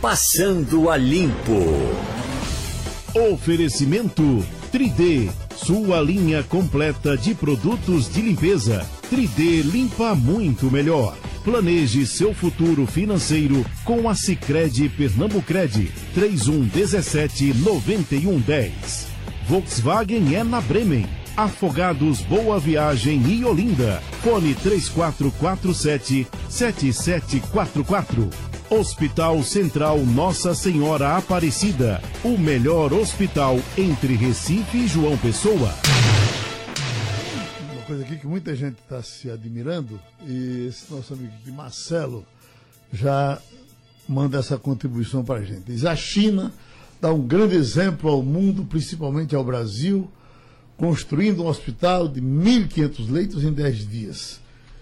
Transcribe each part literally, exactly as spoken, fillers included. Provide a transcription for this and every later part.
Passando a Limpo. Oferecimento três D, sua linha completa de produtos de limpeza. três D limpa muito melhor. Planeje seu futuro financeiro com a Sicredi Pernambucred. três um um sete nove um um zero. Volkswagen é na Bremen. Afogados Boa Viagem e Olinda. Fone três quatro quatro sete sete sete quatro quatro. Hospital Central Nossa Senhora Aparecida. O melhor hospital entre Recife e João Pessoa. Uma coisa aqui que muita gente está se admirando, e esse nosso amigo aqui, Marcelo, já manda essa contribuição para a gente. Diz: a China dá um grande exemplo ao mundo, principalmente ao Brasil, construindo um hospital de mil e quinhentos leitos em dez dias.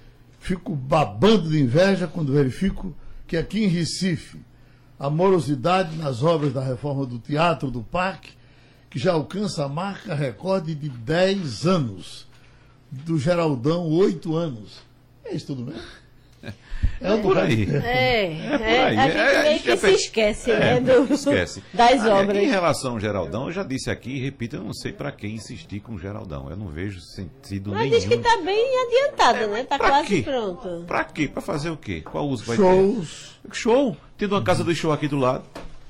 Fico babando de inveja quando verifico que aqui em Recife a morosidade nas obras da reforma do Teatro do Parque, que já alcança a marca recorde de dez anos, do Geraldão, oito anos. É isso tudo mesmo? É, é por aí. É, é por aí. A gente é, meio que se esquece, é, né, do, esquece. das ah, obras. Em relação ao Geraldão, eu já disse aqui e repito, eu não sei para quem insistir com o Geraldão. Eu não vejo sentido Mas nenhum. diz que está bem adiantado, é, né? Está pra quase quê? pronto. Para quê? Para fazer o quê? Qual uso vai Shows. ter? Show. Tendo uma casa do show aqui do lado.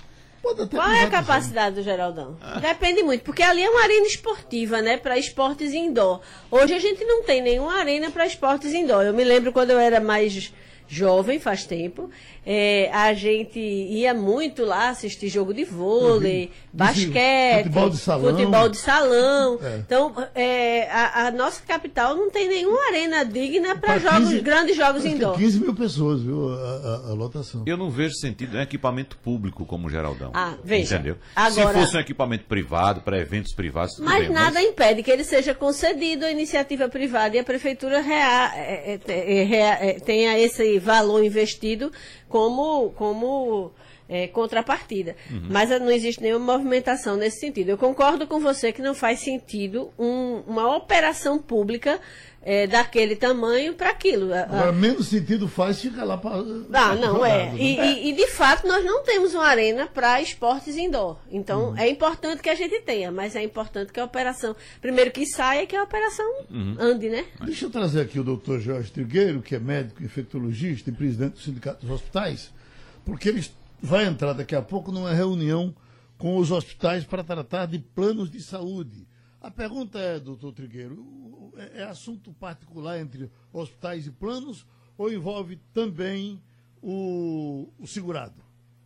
Qual é a capacidade do Geraldão? Ah. Depende muito, porque ali é uma arena esportiva, né? Para esportes indoor. Hoje a gente não tem nenhuma arena para esportes indoor. Eu me lembro quando eu era mais jovem, faz tempo, é, a gente ia muito lá assistir jogo de vôlei, uhum. basquete, futebol de salão. Futebol de salão. É. Então, é, a, a nossa capital não tem nenhuma arena digna para jogos, quinze, grandes jogos indoor. quinze mil pessoas, viu, a, a, a lotação. Eu não vejo sentido em equipamento público como o Geraldão. Ah, veja. Entendeu? Agora, se fosse um equipamento privado, para eventos privados, tudo mas bem, nada mas... impede que ele seja concedido à iniciativa privada e a prefeitura rea, é, é, é, é, tenha esse valor investido como, como é, contrapartida. Uhum. Mas não existe nenhuma movimentação nesse sentido. Eu concordo com você que não faz sentido um, uma operação pública é, daquele tamanho para aquilo. Agora, menos sentido faz ficar lá para. Ah, não, jogado, é. Né? E, e, e, de fato, nós não temos uma arena para esportes indoor. Então, uhum. é importante que a gente tenha, mas é importante que a operação, primeiro que saia, que a operação uhum. ande, né? Deixa eu trazer aqui o doutor Jorge Trigueiro, que é médico infectologista e presidente do Sindicato dos Hospitais, porque ele vai entrar daqui a pouco numa reunião com os hospitais para tratar de planos de saúde. A pergunta é, doutor Trigueiro, é assunto particular entre hospitais e planos ou envolve também o, o segurado?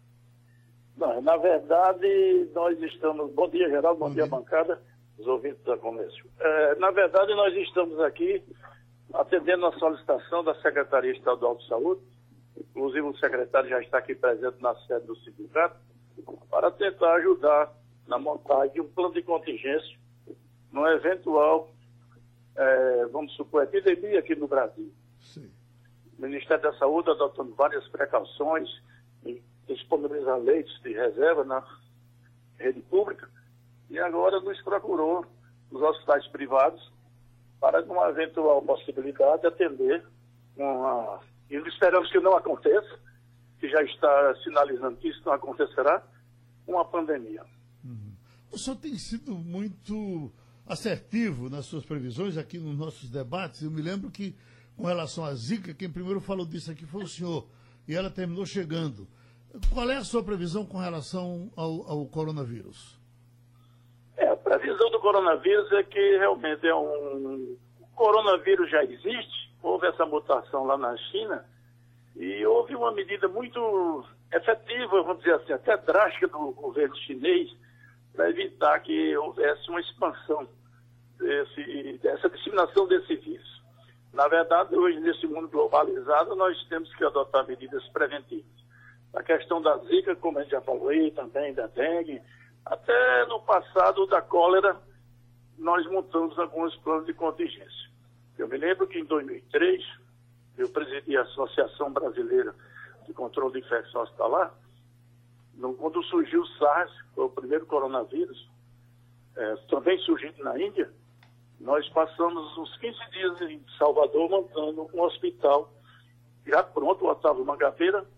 Não, na verdade, nós estamos... Bom dia, Geraldo, bom, bom dia, dia, bancada, os ouvintes da Comércio. É, na verdade, nós estamos aqui atendendo a solicitação da Secretaria Estadual de Saúde, inclusive o secretário já está aqui presente na sede do sindicato, para tentar ajudar na montagem de um plano de contingência num eventual, é, vamos supor, epidemia aqui no Brasil. Sim. O Ministério da Saúde adotando várias precauções, disponibilizar leitos de reserva na rede pública, e agora nos procurou os hospitais privados para, numa eventual possibilidade, atender uma... E esperamos que não aconteça, que já está sinalizando que isso não acontecerá, uma pandemia. Uhum. O senhor tem sido muito assertivo nas suas previsões aqui nos nossos debates. Eu me lembro que, com relação à Zika, quem primeiro falou disso aqui foi o senhor, e ela terminou chegando. Qual é a sua previsão com relação ao, ao coronavírus? É, a previsão do coronavírus é que realmente é um... O coronavírus já existe, houve essa mutação lá na China, e houve uma medida muito efetiva, vamos dizer assim, até drástica do governo chinês, para evitar que houvesse uma expansão desse, dessa disseminação desse vírus. Na verdade, hoje, nesse mundo globalizado, nós temos que adotar medidas preventivas. A questão da Zika, como a gente já falou aí, também da dengue, até no passado da cólera, nós montamos alguns planos de contingência. Eu me lembro que em dois mil e três, eu presidi a Associação Brasileira de Controle de Infecção Hospitalar. Quando surgiu o SARS, foi o primeiro coronavírus, é, também surgido na Índia, nós passamos uns quinze dias em Salvador montando um hospital já pronto, o Otávio Mangabeira,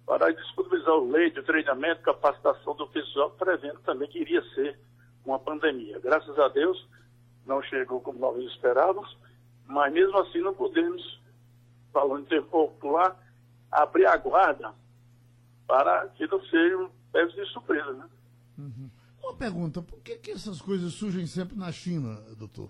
para disponibilizar o leite, o treinamento, capacitação do pessoal, prevendo também que iria ser uma pandemia. Graças a Deus, não chegou como nós esperávamos, mas mesmo assim não podemos, falando em tempo popular, abrir a guarda para que não sejam pegos de surpresa, né? Uhum. Uma pergunta, por que, que essas coisas surgem sempre na China, doutor?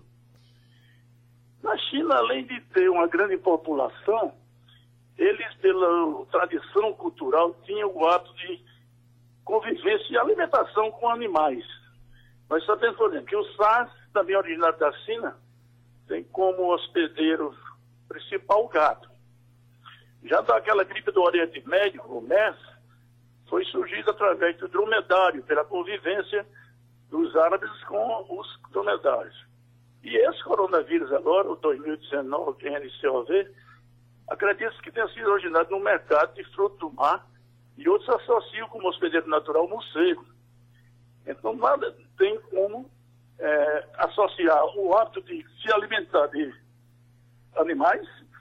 Na China, além de ter uma grande população, eles, pela tradição cultural, tinham o hábito de convivência e alimentação com animais. Nós sabemos, por exemplo, que o SARS, também originário da China, tem como hospedeiro principal o gato. Já daquela gripe do Oriente Médio, o MERS, foi surgido através do dromedário, pela convivência dos árabes com os dromedários. E esse coronavírus agora, o dois mil e dezenove, N C O V, acredita-se que tenha sido originado no mercado de fruto do mar e outros associam como hospedeiro natural o morcego. Então, nada tem como é, associar o hábito de se alimentar de animais,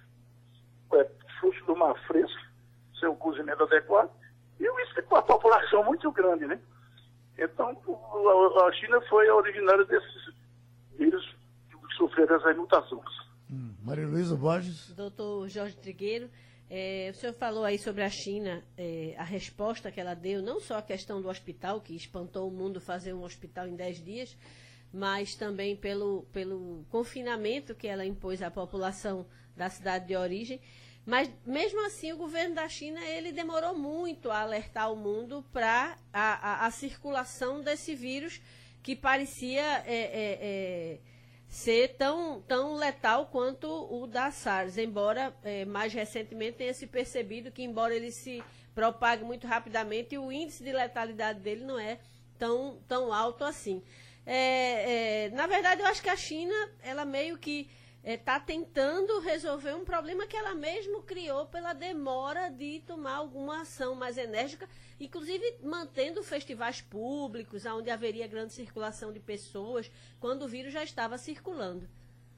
é, frutos do mar fresco, seu cozimento adequado, e isso com a população muito grande, né? Então, a China foi a originária desses vírus que sofreram essas mutações. Hum. Maria Luísa Borges. Doutor Jorge Trigueiro, é, o senhor falou aí sobre a China, é, a resposta que ela deu, não só a questão do hospital, que espantou o mundo fazer um hospital em dez dias, mas também pelo, pelo confinamento que ela impôs à população da cidade de origem. Mas, mesmo assim, o governo da China ele demorou muito a alertar o mundo para a, a, a circulação desse vírus que parecia é, é, é, ser tão, tão letal quanto o da SARS, embora é, mais recentemente tenha se percebido que, embora ele se propague muito rapidamente, o índice de letalidade dele não é tão, tão alto assim. É, é, na verdade, eu acho que a China, ela meio que está é, tentando resolver um problema que ela mesma criou pela demora de tomar alguma ação mais enérgica, inclusive mantendo festivais públicos, onde haveria grande circulação de pessoas, quando o vírus já estava circulando.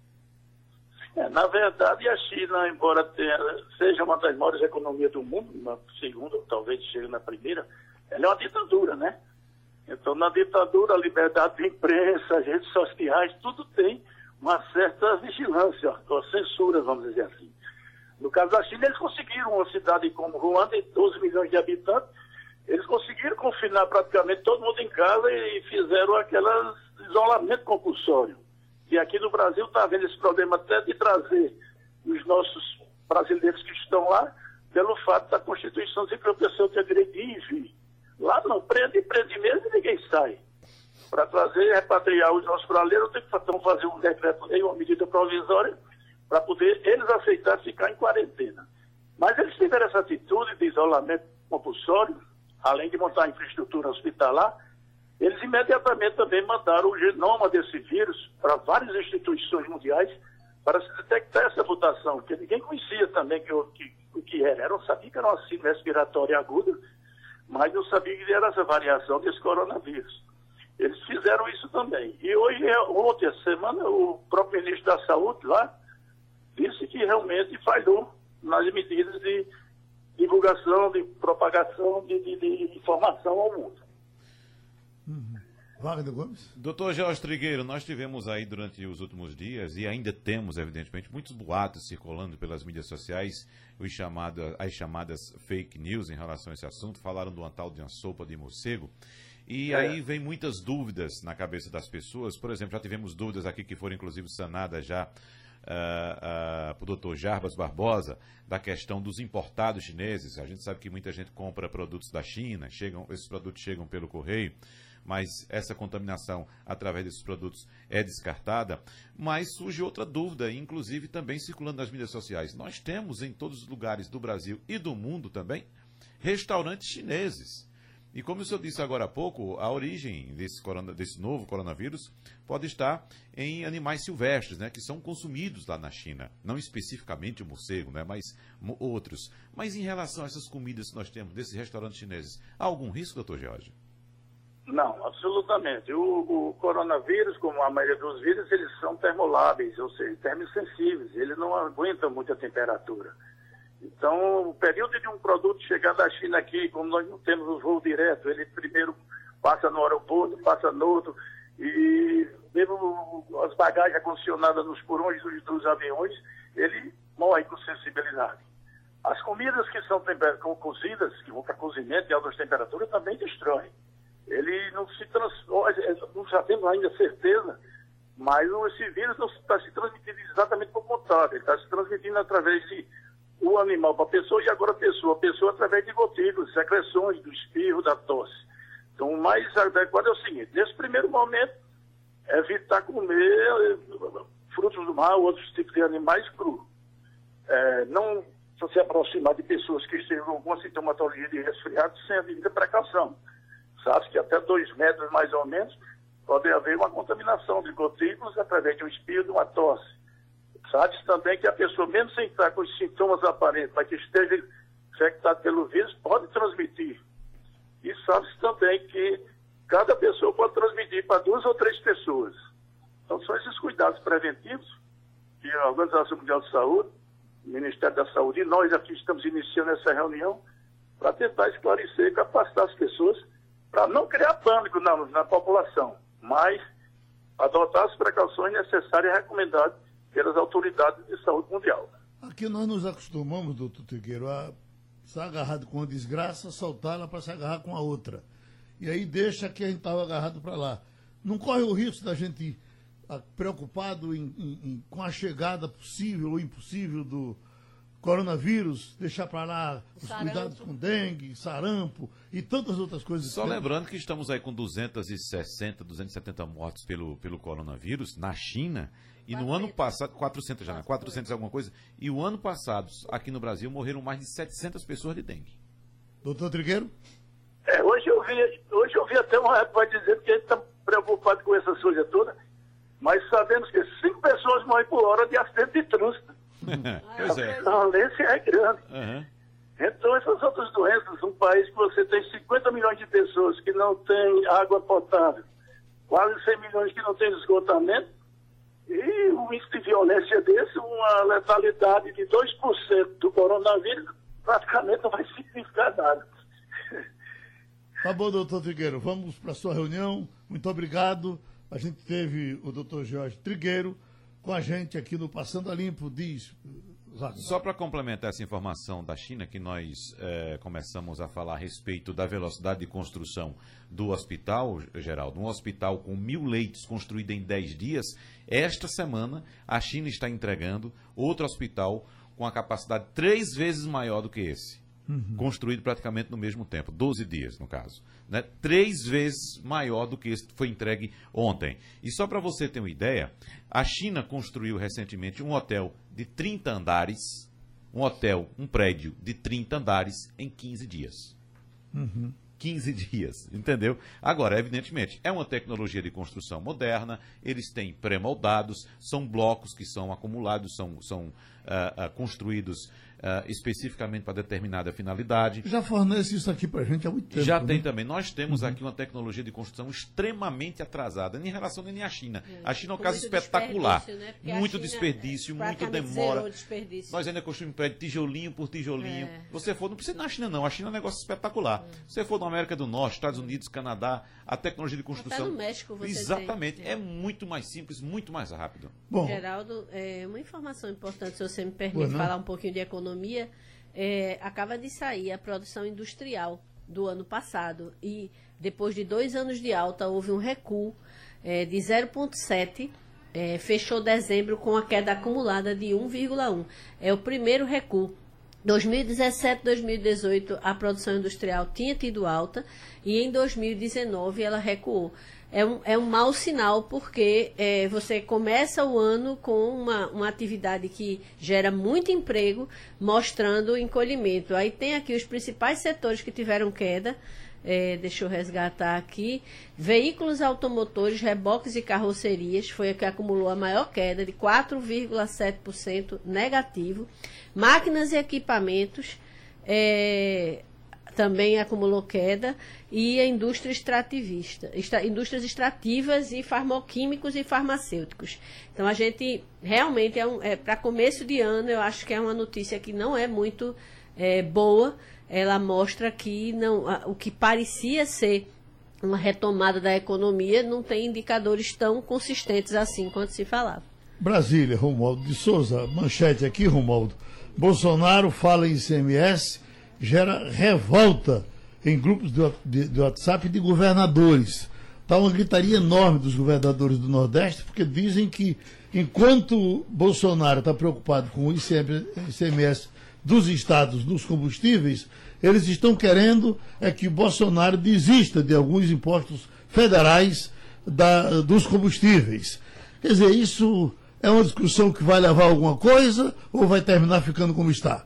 É, na verdade, a China, embora tenha, seja uma das maiores economias do mundo, na segunda, talvez chegue na primeira, ela é uma ditadura, né? Então, na ditadura, a liberdade de imprensa, as redes sociais, tudo tem uma certa vigilância, ou censura, vamos dizer assim. No caso da China, eles conseguiram uma cidade como Ruanda, de doze milhões de habitantes, eles conseguiram confinar praticamente todo mundo em casa e fizeram aquele isolamento compulsório. E aqui no Brasil está havendo esse problema até de trazer os nossos brasileiros que estão lá, pelo fato da Constituição dizer que a pessoa tem direito de ir e vir. Lá não, prende, prende mesmo e ninguém sai. Para trazer e repatriar os nossos brasileiros, tem que então, fazer um decreto-lei, uma medida provisória, para poder eles aceitarem ficar em quarentena. Mas eles tiveram essa atitude de isolamento compulsório, além de montar a infraestrutura hospitalar, eles imediatamente também mandaram o genoma desse vírus para várias instituições mundiais para se detectar essa mutação, porque ninguém conhecia também que, que, o que era. Era, sabia que era uma síndrome respiratória aguda, mas não sabia que era essa variação desse coronavírus. Eles fizeram isso também. E hoje, ontem, essa semana, o próprio ministro da Saúde lá disse que realmente falhou nas medidas de divulgação, de propagação, de, de, de informação ao mundo. Uhum. Wagner Gomes. Doutor Jorge Trigueiro, nós tivemos aí durante os últimos dias, e ainda temos, evidentemente, muitos boatos circulando pelas mídias sociais, os chamados, as chamadas fake news em relação a esse assunto, falaram de uma tal de uma sopa de morcego. E aí vem muitas dúvidas na cabeça das pessoas. Por exemplo, já tivemos dúvidas aqui que foram inclusive sanadas já uh, uh, para o doutor Jarbas Barbosa, da questão dos importados chineses. A gente sabe que muita gente compra produtos da China, chegam, esses produtos chegam pelo correio, mas essa contaminação através desses produtos é descartada. Mas surge outra dúvida, inclusive também circulando nas mídias sociais. Nós temos em todos os lugares do Brasil e do mundo também restaurantes chineses. E como o senhor disse agora há pouco, a origem desse, corona, desse novo coronavírus pode estar em animais silvestres, né, que são consumidos lá na China. Não especificamente o morcego, né, mas outros. Mas em relação a essas comidas que nós temos desses restaurantes chineses, há algum risco, doutor Jorge? Não, absolutamente. O, o coronavírus, como a maioria dos vírus, eles são termoláveis, ou seja, termosensíveis. Eles não aguentam muita temperatura. Então, o período de um produto chegar da China aqui, como nós não temos o voo direto, ele primeiro passa no aeroporto, passa no outro, e mesmo as bagagens acondicionadas nos porões dos, dos aviões, ele morre com sensibilidade. As comidas que são cozidas, que vão para cozimento em altas temperaturas, também destroem. Ele não se transforma, não sabemos ainda certeza, mas esse vírus não está se transmitindo exatamente por contrário, ele está se transmitindo através de o animal para a pessoa e agora a pessoa, a pessoa através de gotículas, secreções, do espirro, da tosse. Então, o mais adequado é o seguinte, nesse primeiro momento, evitar comer frutos do mar, outros tipos de animais crus. É, não se aproximar de pessoas que estejam com alguma sintomatologia de resfriado sem a devida precaução. Sabe que até dois metros, mais ou menos, pode haver uma contaminação de gotículas através de um espirro, de uma tosse. Sabe-se também que a pessoa, mesmo sem estar com os sintomas aparentes, mas que esteja infectada pelo vírus, pode transmitir. E sabe-se também que cada pessoa pode transmitir para duas ou três pessoas. Então, são esses cuidados preventivos que a Organização Mundial de Saúde, o Ministério da Saúde e nós aqui estamos iniciando essa reunião para tentar esclarecer e capacitar as pessoas para não criar pânico na, na população, mas adotar as precauções necessárias e recomendadas pelas autoridades de saúde mundial. Aqui nós nos acostumamos, doutor Trigueiro, a estar agarrado com uma desgraça, soltá-la para se agarrar com a outra. E aí deixa que a gente estava agarrado para lá. Não corre o risco da gente a, preocupado em, em, em, com a chegada possível ou impossível do coronavírus, deixar para lá os sarampo. Cuidados com dengue, sarampo e tantas outras coisas. Só lembrando que estamos aí com duzentos e sessenta, duzentos e setenta mortos pelo, pelo coronavírus na China. E no ano passado, quatrocentos já, né? quatrocentos alguma coisa. E o ano passado, aqui no Brasil, morreram mais de setecentas pessoas de dengue. Doutor Trigueiro? É, hoje eu vi, hoje eu vi até um rapaz dizendo que a gente está preocupado com essa suja toda, mas sabemos que cinco pessoas morrem por hora de acidente de trânsito. Pois é. A violência é grande. Uhum. Então, essas outras doenças, um país que você tem cinquenta milhões de pessoas que não tem água potável, quase cem milhões que não tem esgotamento, e um índice de violência desse, uma letalidade de dois por cento do coronavírus, praticamente não vai significar nada. Tá bom, doutor Trigueiro, vamos para a sua reunião. Muito obrigado. A gente teve o doutor Jorge Trigueiro com a gente aqui no Passando a Limpo, diz... Só para complementar essa informação da China, que nós é, começamos a falar a respeito da velocidade de construção do hospital, Geraldo, um hospital com mil leitos construído em dez dias, esta semana a China está entregando outro hospital com a capacidade três vezes maior do que esse, uhum. construído praticamente no mesmo tempo, doze dias no caso, né? Três vezes maior do que esse que foi entregue ontem. E só para você ter uma ideia, a China construiu recentemente um hotel de trinta andares, um hotel, um prédio de trinta andares em quinze dias. Uhum. quinze dias, entendeu? Agora, evidentemente, é uma tecnologia de construção moderna, eles têm pré-moldados, são blocos que são acumulados, são, são uh, uh, construídos uh, especificamente para determinada finalidade. Já fornece isso aqui para a gente há muito tempo. Já né? tem também. Nós temos uhum. aqui uma tecnologia de construção extremamente atrasada, em relação nem à China. A China é um caso espetacular. Né? Muito desperdício, é, muita demora. Nós ainda construímos prédio tijolinho por tijolinho. É. Você for, não precisa ir na China não, a China é um negócio espetacular. É. Você for na América do Norte, Estados Unidos, Canadá, a tecnologia de construção... Até no México você Exatamente, tem. é muito mais simples, muito mais rápido. Bom, Geraldo, é, uma informação importante, se você me permite falar um pouquinho de economia, é, acaba de sair a produção industrial do ano passado e depois de dois anos de alta houve um recuo é, de zero vírgula sete, é, fechou dezembro com a queda acumulada de um vírgula um. É o primeiro recuo. dois mil e dezessete, dois mil e dezoito, a produção industrial tinha tido alta e em dois mil e dezenove ela recuou. É um, é um mau sinal porque é, você começa o ano com uma, uma atividade que gera muito emprego, mostrando o encolhimento. Aí tem aqui os principais setores que tiveram queda. É, deixa eu resgatar aqui. Veículos automotores, reboques e carrocerias foi a que acumulou a maior queda de quatro vírgula sete por cento negativo. Máquinas e equipamentos é, também acumulou queda, e a indústria extrativista, extra, indústrias extrativas e farmoquímicos e farmacêuticos. Então, a gente realmente, é, um, é para começo de ano, eu acho que é uma notícia que não é muito é, boa. Ela mostra que não, a, o que parecia ser uma retomada da economia não tem indicadores tão consistentes assim quanto se falava. Brasília, Romualdo de Souza, manchete aqui, Romualdo. Bolsonaro fala em I C M S, gera revolta em grupos de, de, de WhatsApp de governadores. Está uma gritaria enorme dos governadores do Nordeste, porque dizem que enquanto Bolsonaro está preocupado com o I C M S dos estados dos combustíveis, eles estão querendo é que Bolsonaro desista de alguns impostos federais da, dos combustíveis. Quer dizer, isso é uma discussão que vai levar a alguma coisa ou vai terminar ficando como está?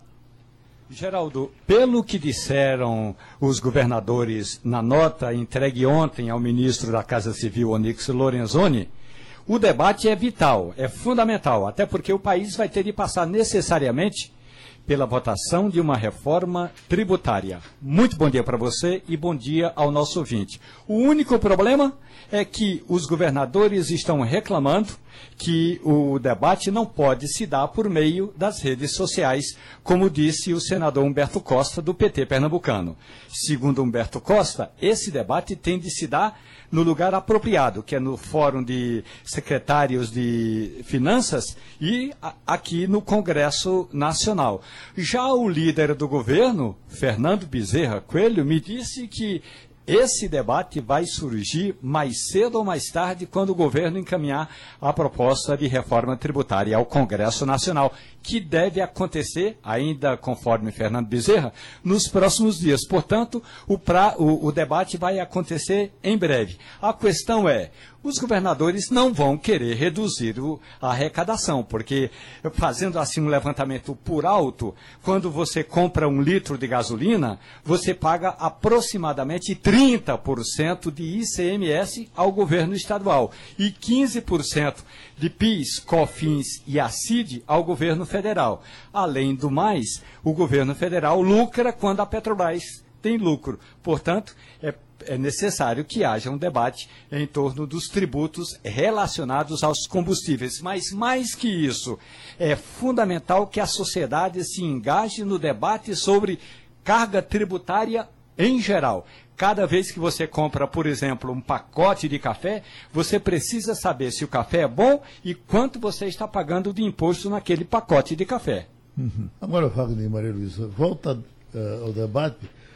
Geraldo, pelo que disseram os governadores na nota entregue ontem ao ministro da Casa Civil, Onyx Lorenzoni, o debate é vital, é fundamental, até porque o país vai ter de passar necessariamente pela votação de uma reforma tributária. Muito bom dia para você e bom dia ao nosso ouvinte. O único problema é que os governadores estão reclamando que o debate não pode se dar por meio das redes sociais, como disse o senador Humberto Costa, do P T pernambucano. Segundo Humberto Costa, esse debate tem de se dar no lugar apropriado, que é no Fórum de Secretários de Finanças e a, aqui no Congresso Nacional. Já o líder do governo, Fernando Bezerra Coelho, me disse que esse debate vai surgir mais cedo ou mais tarde quando o governo encaminhar a proposta de reforma tributária ao Congresso Nacional, que deve acontecer, ainda conforme Fernando Bezerra, nos próximos dias. Portanto, o, pra, o, o debate vai acontecer em breve. A questão é, os governadores não vão querer reduzir o, a arrecadação, porque, fazendo assim um levantamento por alto, quando você compra um litro de gasolina, você paga aproximadamente trinta por cento de I C M S ao governo estadual e quinze por cento de PIS, COFINS e A C I D ao governo federal. Além do mais, o governo federal lucra quando a Petrobras tem lucro. Portanto, é é necessário que haja um debate em torno dos tributos relacionados aos combustíveis. Mas, mais que isso, é fundamental que a sociedade se engaje no debate sobre carga tributária em geral. Cada vez que você compra, por exemplo, um pacote de café, você precisa saber se o café é bom e quanto você está pagando de imposto naquele pacote de café. Uhum. Agora, Wagner e Maria Luísa, volta uh, ao debate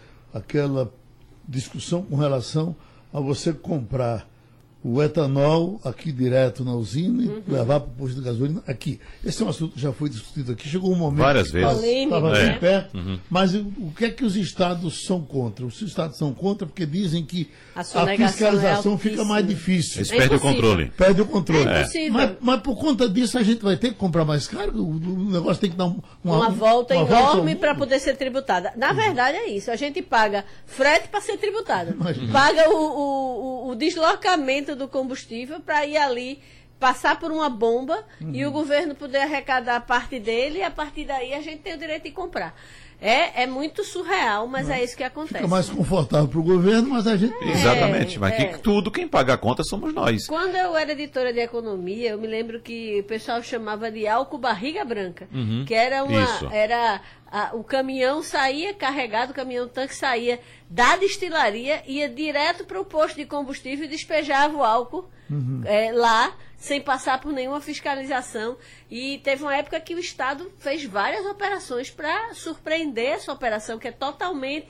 aquela discussão com relação a você comprar o etanol aqui direto na usina e uhum. levar para o posto de gasolina aqui. Esse é um assunto que já foi discutido aqui. Chegou um momento várias que vezes estava bem é. perto, uhum. mas o, o que é que os estados são contra? Os estados são contra porque dizem que a, a fiscalização é fica mais difícil. Eles perdem o controle. Perde o controle. É mas, mas por conta disso a gente vai ter que comprar mais caro? O, o negócio tem que dar um, uma, uma volta uma enorme para um... poder ser tributada. Na uhum. verdade é isso. A gente paga frete para ser tributada. Imagina. Paga o, o, o deslocamento do combustível para ir ali passar por uma bomba uhum. e o governo poder arrecadar a parte dele e a partir daí a gente tem o direito de comprar. É, é muito surreal, mas é isso que acontece. Fica mais confortável para o governo, mas a gente... É, Exatamente, mas é. que tudo, quem paga a conta somos nós. Quando eu era editora de economia, eu me lembro que o pessoal chamava de álcool barriga branca, uhum. que era uma... Isso. Era, a, o caminhão saía carregado, o caminhão-tanque saía da destilaria, ia direto para o posto de combustível e despejava o álcool uhum. é, lá, sem passar por nenhuma fiscalização. E teve uma época que o Estado fez várias operações para surpreender essa operação, que é totalmente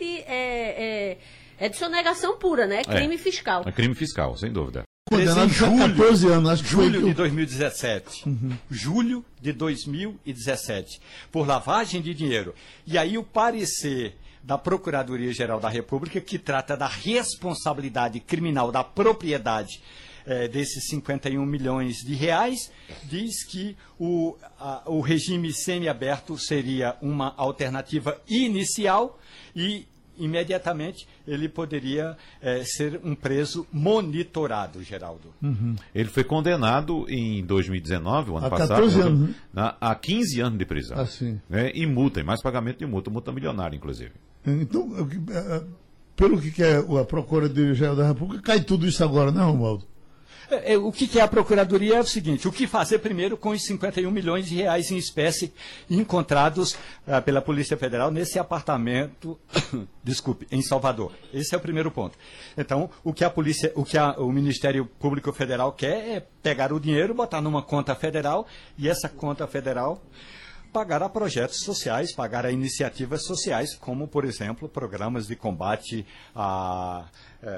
é, é, é de sonegação pura, né? Crime é, fiscal. É crime fiscal, sem dúvida. Condenado por catorze anos, acho que julho foi... de dois mil e dezessete. Uhum. Julho de dois mil e dezessete. Por lavagem de dinheiro. E aí o parecer da Procuradoria-Geral da República, que trata da responsabilidade criminal da propriedade é, desses cinquenta e um milhões de reais, diz que o, a, o regime semiaberto seria uma alternativa inicial e imediatamente ele poderia é, ser um preso monitorado, Geraldo. Uhum. Ele foi condenado em dois mil e dezenove, o ano a passado, catorze anos, né? na, a quinze anos de prisão. Assim. Né, e multa, e mais pagamento de multa, multa milionária, inclusive. Então, pelo que quer a Procuradoria-Geral da República, cai tudo isso agora, né, Romualdo? É, é, o que, que é a Procuradoria é o seguinte: o que fazer primeiro com os cinquenta e um milhões de reais em espécie encontrados ah, pela Polícia Federal nesse apartamento, desculpe, em Salvador. Esse é o primeiro ponto. Então, o que a polícia, o que a, o Ministério Público Federal quer é pegar o dinheiro, botar numa conta federal, e essa conta federal pagar a projetos sociais, pagar a iniciativas sociais, como, por exemplo, programas de combate a,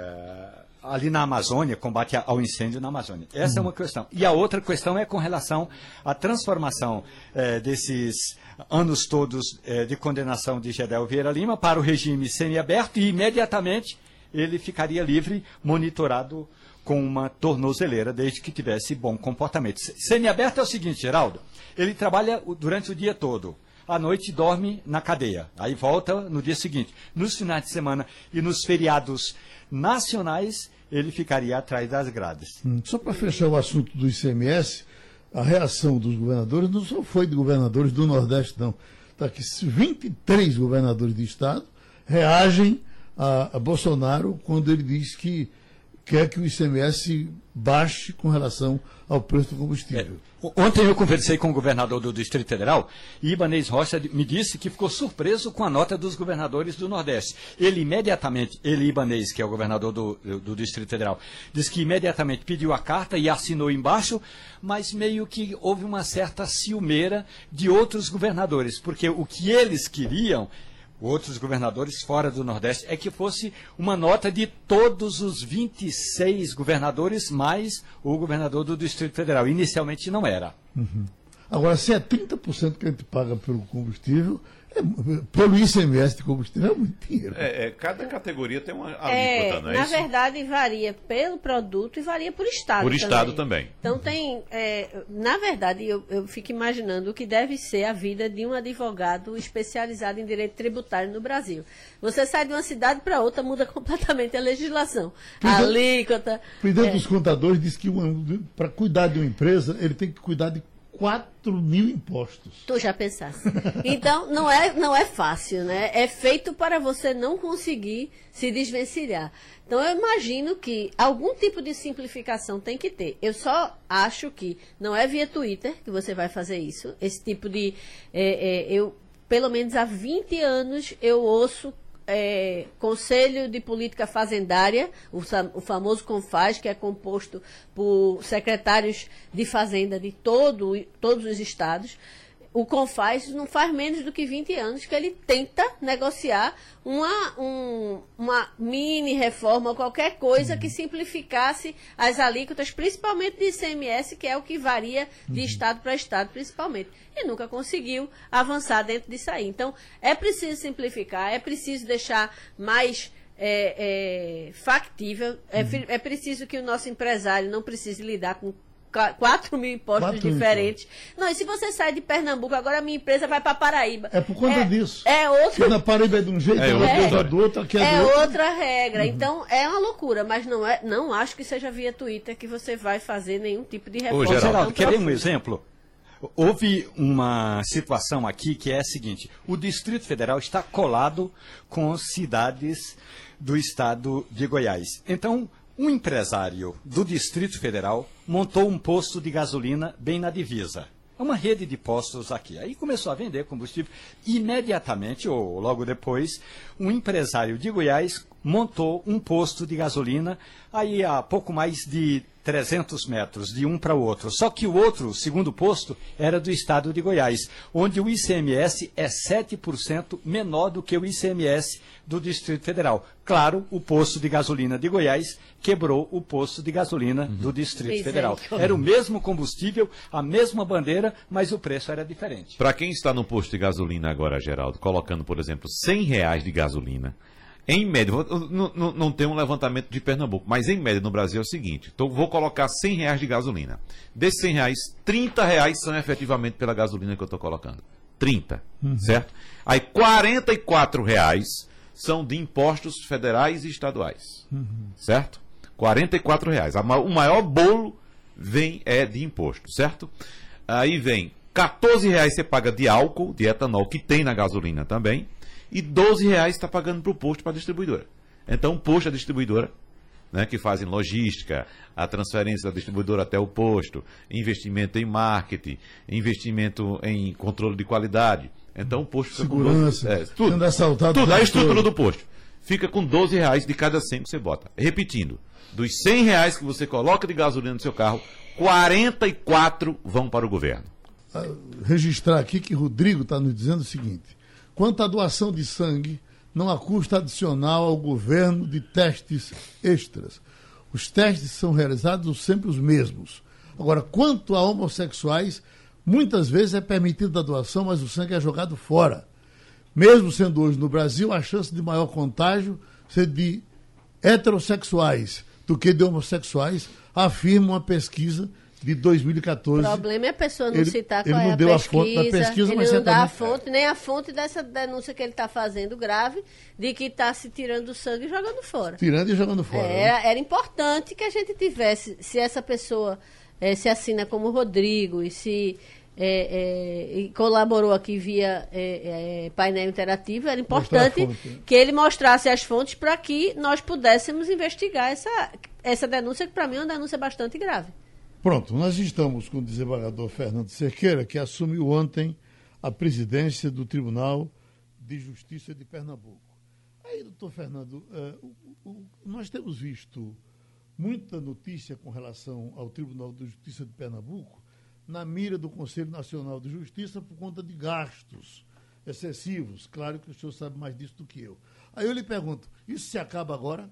é, ali na Amazônia, combate ao incêndio na Amazônia. Essa hum. é uma questão. E a outra questão é com relação à transformação é, desses anos todos é, de condenação de Gedel Vieira Lima para o regime semiaberto, e imediatamente ele ficaria livre, monitorado com uma tornozeleira, desde que tivesse bom comportamento. Semiaberto é o seguinte, Geraldo: ele trabalha durante o dia todo, à noite dorme na cadeia, aí volta no dia seguinte. Nos finais de semana e nos feriados nacionais, ele ficaria atrás das grades. Hum, só para fechar o assunto do I C M S, a reação dos governadores não só foi de governadores do Nordeste, não. Está aqui, vinte e três governadores de estado reagem a, a Bolsonaro quando ele diz que quer que o I C M S baixe com relação ao preço do combustível. É, ontem eu conversei com o governador do Distrito Federal e Ibanez Rocha me disse que ficou surpreso com a nota dos governadores do Nordeste. Ele imediatamente, ele Ibanez, que é o governador do, do Distrito Federal, disse que imediatamente pediu a carta e assinou embaixo, mas meio que houve uma certa ciumeira de outros governadores, porque o que eles queriam, outros governadores fora do Nordeste, é que fosse uma nota de todos os vinte e seis governadores, mais o governador do Distrito Federal. Inicialmente não era. Uhum. Agora, se é trinta por cento que a gente paga pelo combustível, é, pelo I C M S de combustível, é muito dinheiro. É, é, cada categoria tem uma alíquota, é, não é na isso? verdade, varia pelo produto e varia por estado Por também. estado também. Então, tem... É, na verdade, eu, eu fico imaginando o que deve ser a vida de um advogado especializado em direito tributário no Brasil. Você sai de uma cidade para outra, muda completamente a legislação. A alíquota... O presidente é, dos contadores disse que para cuidar de uma empresa, ele tem que cuidar de quatro mil impostos. Tu já pensaste. Então, não é, não é fácil, né? É feito para você não conseguir se desvencilhar. Então, eu imagino que algum tipo de simplificação tem que ter. Eu só acho que não é via Twitter que você vai fazer isso. Esse tipo de... É, é, eu, pelo menos há vinte anos, eu ouço É, Conselho de Política Fazendária, o, o famoso CONFAZ, que é composto por secretários de Fazenda de todo, todos os estados. O CONFAZ não faz menos do que vinte anos que ele tenta negociar uma, um, uma mini reforma ou qualquer coisa que simplificasse as alíquotas, principalmente de I C M S, que é o que varia de estado para estado, principalmente. E nunca conseguiu avançar dentro disso aí. Então, é preciso simplificar, é preciso deixar mais é, é, factível, é, é preciso que o nosso empresário não precise lidar com quatro mil impostos quatro diferentes. Mil. Não, e se você sai de Pernambuco, agora a minha empresa vai para Paraíba. É por conta é, é, disso. É outra... Se na Paraíba é de um jeito, é, outra, é, do outro, aqui é, é do outro. outra regra. Uhum. Então, é uma loucura, mas não, é, não acho que seja via Twitter que você vai fazer nenhum tipo de reforma. Ô, Geraldo, quer ver um exemplo? Houve uma situação aqui que é a seguinte: o Distrito Federal está colado com cidades do estado de Goiás. Então, um empresário do Distrito Federal montou um posto de gasolina bem na divisa. É uma rede de postos aqui. Aí começou a vender combustível. Imediatamente, ou logo depois, um empresário de Goiás montou um posto de gasolina aí a pouco mais de trezentos metros de um para o outro. Só que o outro, o segundo posto, era do estado de Goiás, onde o I C M S é sete por cento menor do que o I C M S do Distrito Federal. Claro, o posto de gasolina de Goiás quebrou o posto de gasolina uhum. do Distrito pois Federal. É. Era o mesmo combustível, a mesma bandeira, mas o preço era diferente. Para quem está no posto de gasolina agora, Geraldo, colocando, por exemplo, cem reais de gasolina, em média, não, não, não tem um levantamento de Pernambuco, mas em média no Brasil é o seguinte: então vou colocar cem reais de gasolina. Desses cem reais, trinta reais são efetivamente pela gasolina que eu estou colocando. trinta, uhum. certo? Aí quarenta e quatro reais são de impostos federais e estaduais, uhum. certo? quarenta e quatro reais. O maior bolo vem é de imposto, certo? Aí vem quatorze reais você paga de álcool, de etanol, que tem na gasolina também. e doze reais está pagando para o posto, para a distribuidora. Então, o posto, a distribuidora, né, que fazem logística, a transferência da distribuidora até o posto, investimento em marketing, investimento em controle de qualidade. Então, o posto fica segurança, com doze, é, tudo, sendo assaltado tudo, a estrutura todo. do posto. Fica com doze reais de cada cem que você bota. Repetindo, dos cem reais que você coloca de gasolina no seu carro, quarenta e quatro vão para o governo. Registrar aqui que Rodrigo está nos dizendo o seguinte: quanto à doação de sangue, não há custo adicional ao governo de testes extras. Os testes são realizados sempre os mesmos. Agora, quanto a homossexuais, muitas vezes é permitida a doação, mas o sangue é jogado fora. Mesmo sendo hoje no Brasil, a chance de maior contágio ser de heterossexuais do que de homossexuais, afirma uma pesquisa de dois mil e quatorze. O problema é a pessoa não ele, citar ele qual não é a deu pesquisa, a fonte da pesquisa, ele mas não dá a certamente... fonte, nem a fonte dessa denúncia que ele está fazendo grave, de que está se tirando o sangue e jogando fora. Tirando e jogando fora. Era, né? era importante que a gente tivesse, se essa pessoa eh, se assina como Rodrigo e se eh, eh, e colaborou aqui via eh, eh, painel interativo, era importante fonte, que ele mostrasse as fontes para que nós pudéssemos investigar essa, essa denúncia, que para mim é uma denúncia bastante grave. Pronto, nós estamos com o desembargador Fernando Cerqueira, que assumiu ontem a presidência do Tribunal de Justiça de Pernambuco. Aí, doutor Fernando, uh, o, o, nós temos visto muita notícia com relação ao Tribunal de Justiça de Pernambuco na mira do Conselho Nacional de Justiça por conta de gastos excessivos. Claro que o senhor sabe mais disso do que eu. Aí eu lhe pergunto, isso se acaba agora?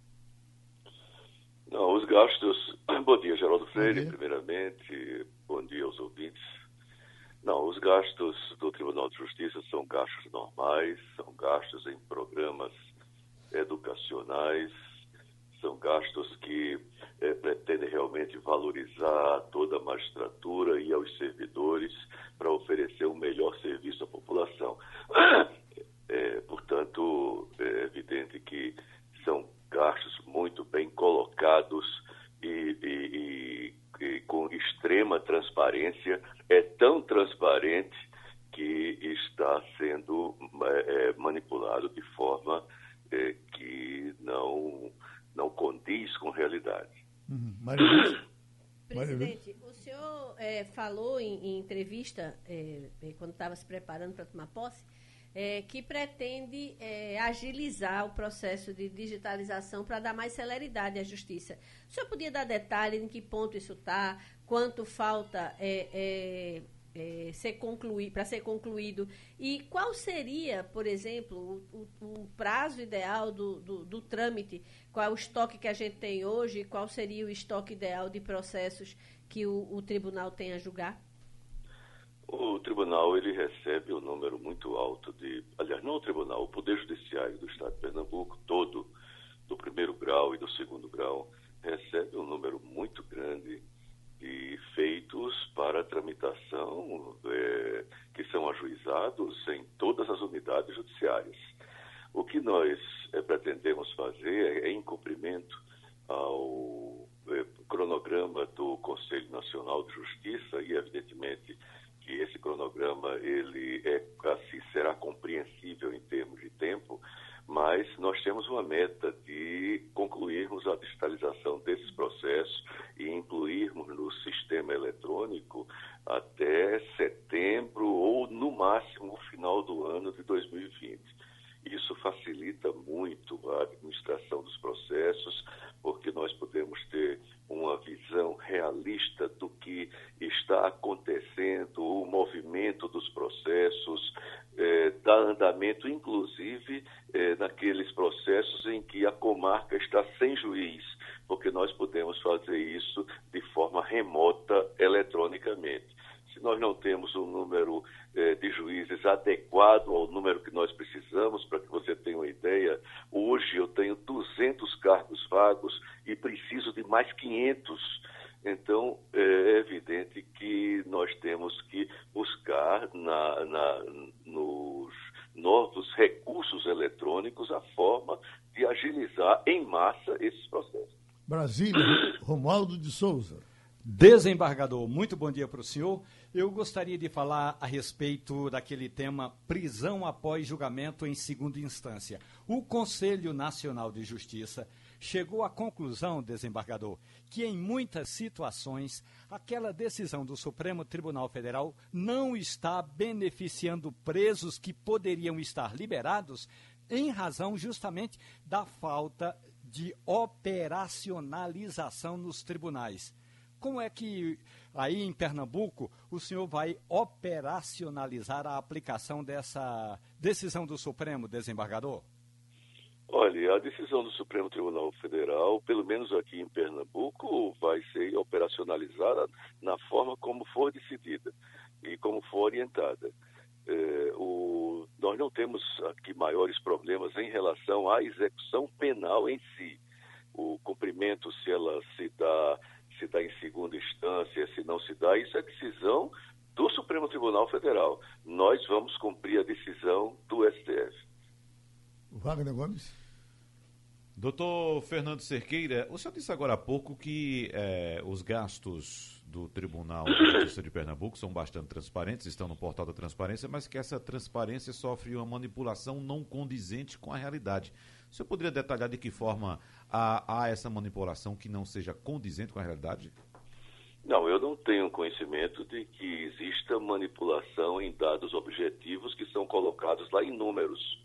Não, os gastos... Bom dia, Geraldo Freire, Bom dia. primeiramente. Bom dia aos ouvintes. Não, os gastos do Tribunal de Justiça são gastos normais, são gastos em programas educacionais, são gastos que eh, pretendem realmente valorizar toda a magistratura e aos servidores para oferecer um melhor serviço à população. É, portanto, é evidente que são gastos muito bem colocados e, e, e, e com extrema transparência. É tão transparente que está sendo é, manipulado de forma é, que não, não condiz com a realidade. Uhum. Maria... Presidente, o senhor é, falou em, em entrevista, é, quando estava se preparando para tomar posse, É, que pretende é, agilizar o processo de digitalização para dar mais celeridade à justiça. O senhor podia dar detalhe em que ponto isso está, quanto falta é, é, é, ser concluí, para ser concluído, e qual seria, por exemplo, o, o, o prazo ideal do, do, do trâmite, qual é o estoque que a gente tem hoje, qual seria o estoque ideal de processos que o, o tribunal tem a julgar? O tribunal, ele recebe um número muito alto de... Aliás, não o tribunal, o Poder Judiciário do Estado de Pernambuco, todo, do primeiro grau e do segundo grau, recebe um número muito grande de feitos para tramitação é, que são ajuizados em todas as unidades judiciárias. O que nós é, pretendemos fazer é, em cumprimento ao é, cronograma do Conselho Nacional de Justiça e, evidentemente, que esse cronograma ele é, assim, será compreensível em termos de tempo, mas nós temos uma meta de concluirmos a digitalização desses processos e incluirmos no sistema eletrônico até setembro ou, no máximo, o final do ano de dois mil e vinte. Isso facilita muito a administração dos processos, porque nós podemos ter uma visão realista do que está acontecendo, o movimento dos processos, eh, dar andamento, inclusive, eh, naqueles processos em que a comarca está sem juiz, porque nós podemos fazer isso de forma remota, eletronicamente. Se nós não temos um número eh, de juízes adequado ao número que nós precisamos, para que você tenha uma ideia, hoje eu tenho duzentos cargos vagos e preciso de mais quinhentos. Então, é evidente que nós temos que buscar na, na, nos novos recursos eletrônicos a forma de agilizar em massa esses processos. Brasília, Romualdo de Souza. Desembargador, muito bom dia para o senhor. Eu gostaria de falar a respeito daquele tema prisão após julgamento em segunda instância. O Conselho Nacional de Justiça chegou à conclusão, desembargador, que em muitas situações aquela decisão do Supremo Tribunal Federal não está beneficiando presos que poderiam estar liberados em razão justamente da falta de operacionalização nos tribunais. Como é que aí em Pernambuco o senhor vai operacionalizar a aplicação dessa decisão do Supremo, desembargador? Olha, a decisão do Supremo Tribunal Federal, pelo menos aqui em Pernambuco, vai ser operacionalizada na forma como for decidida e como for orientada. É, o, nós não temos aqui maiores problemas em relação à execução penal em si. O cumprimento, se ela se dá, se dá em segunda instância, se não se dá, isso é decisão do Supremo Tribunal Federal. Nós vamos cumprir a decisão do S T F. Wagner Gomes. Doutor Fernando Cerqueira, o senhor disse agora há pouco que eh, os gastos do Tribunal de Justiça de Pernambuco são bastante transparentes, estão no portal da transparência, mas que essa transparência sofre uma manipulação não condizente com a realidade. O senhor poderia detalhar de que forma há, há essa manipulação que não seja condizente com a realidade? Não, eu não tenho conhecimento de que exista manipulação em dados objetivos que são colocados lá em números.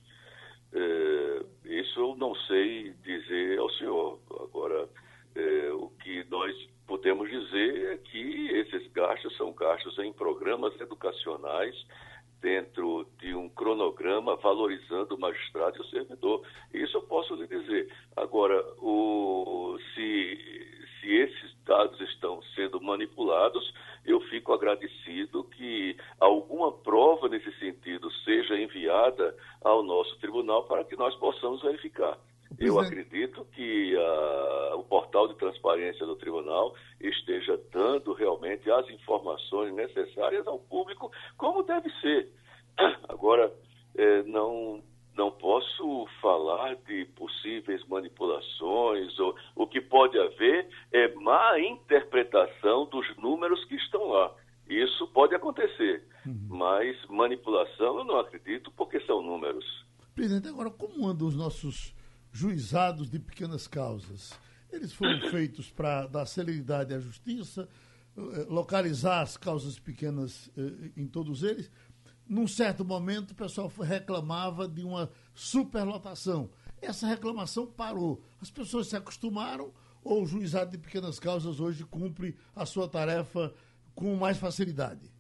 É, isso eu não sei dizer ao senhor. Agora, é, o que nós podemos dizer é que esses gastos são gastos em programas educacionais dentro de um cronograma valorizando o magistrado e o servidor. Isso eu posso lhe dizer. Agora, o, se, se esses dados estão sendo manipulados, eu fico agradecido que alguma prova nesse sentido seja enviada ao nosso tribunal para que nós possamos verificar. Eu acredito que uh, o portal de transparência do tribunal esteja dando realmente as informações necessárias ao público, como deve ser. Agora, eh, não, não posso falar de possíveis manipulações, ou o que pode haver é má interpretação dos números que estão lá. Isso pode acontecer, uhum. Mas manipulação eu não acredito, porque são números. Presidente, agora como andam os nossos juizados de pequenas causas? Eles foram feitos para dar celeridade à justiça, localizar as causas pequenas eh, em todos eles. Num certo momento, o pessoal reclamava de uma superlotação. Essa reclamação parou. As pessoas se acostumaram ou o juizado de pequenas causas hoje cumpre a sua tarefa com mais facilidade?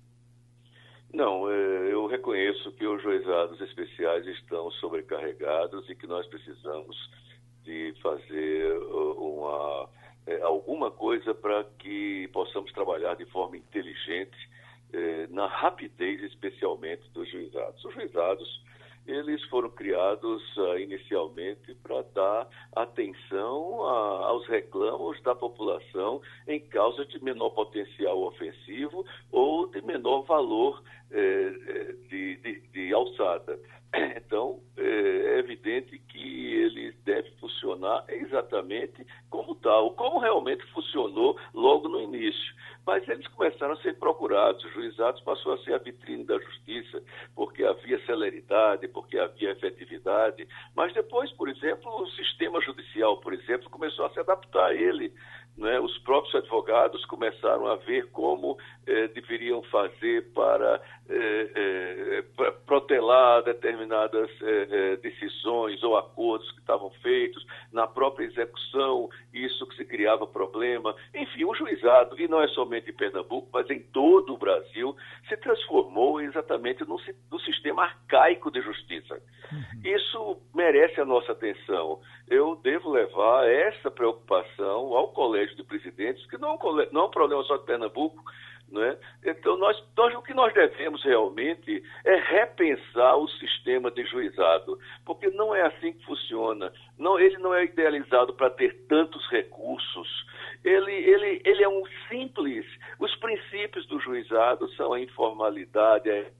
Não, eu reconheço que os juizados especiais estão sobrecarregados e que nós precisamos de fazer uma, alguma coisa para que possamos trabalhar de forma inteligente, na rapidez especialmente dos juizados. Os juizados, eles foram criados uh, inicialmente para dar atenção a, aos reclamos da população em causa de menor potencial ofensivo ou de menor valor eh, de, de, de alçada. Então, é evidente que ele deve funcionar exatamente como tal, como realmente funcionou logo no início. Mas eles começaram a ser procurados, os juizados passou a ser a vitrine da justiça, porque havia celeridade, porque havia efetividade. Mas depois, por exemplo, o sistema judicial, por exemplo, começou a se adaptar a ele. Né? Os próprios advogados começaram a ver como eh, deveriam fazer para, eh, eh, para protelar determinadas eh, eh, decisões ou acordos que estavam feitos na própria execução, isso que se criava problema. Enfim, o juizado, e não é somente em Pernambuco, mas em todo o Brasil, se transformou exatamente no, no sistema arcaico de justiça. Uhum. Isso merece a nossa atenção. Eu devo levar essa preocupação ao Colégio de Presidentes, que não é um, colégio, não é um problema só de Pernambuco, né? Então, nós, nós, o que nós devemos realmente é repensar o sistema de juizado, porque não é assim que funciona. Não, ele não é idealizado para ter tantos recursos. Ele, ele, ele é um simples... Os princípios do juizado são a informalidade. A...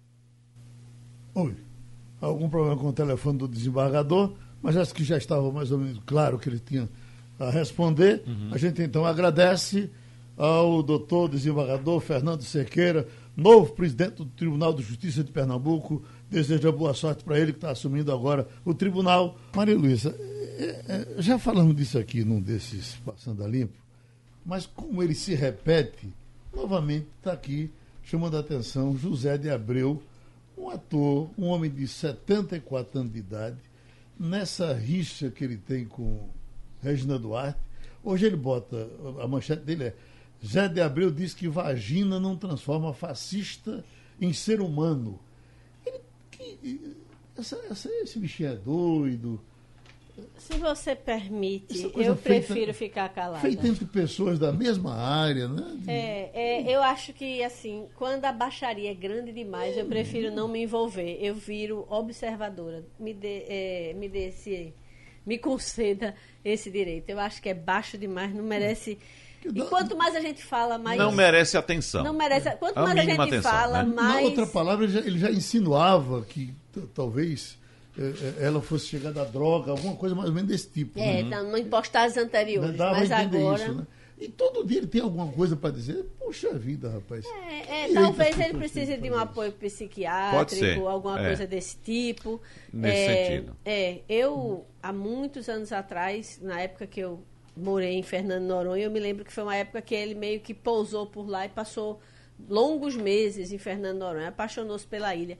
Oi, algum problema com o telefone do desembargador, mas acho que já estava mais ou menos claro que ele tinha a responder. Uhum. A gente, então, agradece ao doutor desembargador Fernando Cerqueira, novo presidente do Tribunal de Justiça de Pernambuco. Desejo boa sorte para ele que está assumindo agora o tribunal. Maria Luísa, já falamos disso aqui num desses Passando a Limpo, mas como ele se repete, novamente está aqui chamando a atenção José de Abreu, um ator, um homem de setenta e quatro anos de idade, nessa rixa que ele tem com Regina Duarte. Hoje ele bota, a manchete dele é: Zé de Abreu diz que vagina não transforma fascista em ser humano. Ele, que, essa, essa, esse bichinho é doido. Se você permite, eu prefiro feita, ficar calada. Feita entre pessoas da mesma área, né? De... É, é, eu acho que, assim, quando a baixaria é grande demais, eu prefiro não me envolver. Eu viro observadora. Me dê, é, me dê esse... Me conceda esse direito. Eu acho que é baixo demais, não merece... E quanto mais a gente fala, mais... Não merece atenção. Não merece... Quanto a mais a gente atenção, fala, né? mais... Na outra palavra, ele já, ele já insinuava que t- talvez... ela fosse chegar da droga, alguma coisa mais ou menos desse tipo. É, né? não, em postagens anteriores, Dava mas a entender agora... isso, né? E todo dia ele tem alguma coisa para dizer. Puxa vida, rapaz. É, é, talvez ele precise de um apoio psiquiátrico, alguma é. coisa desse tipo. Nesse é, sentido. É, eu, há muitos anos atrás, na época que eu morei em Fernando de Noronha, eu me lembro que foi uma época que ele meio que pousou por lá e passou longos meses em Fernando de Noronha, apaixonou-se pela ilha.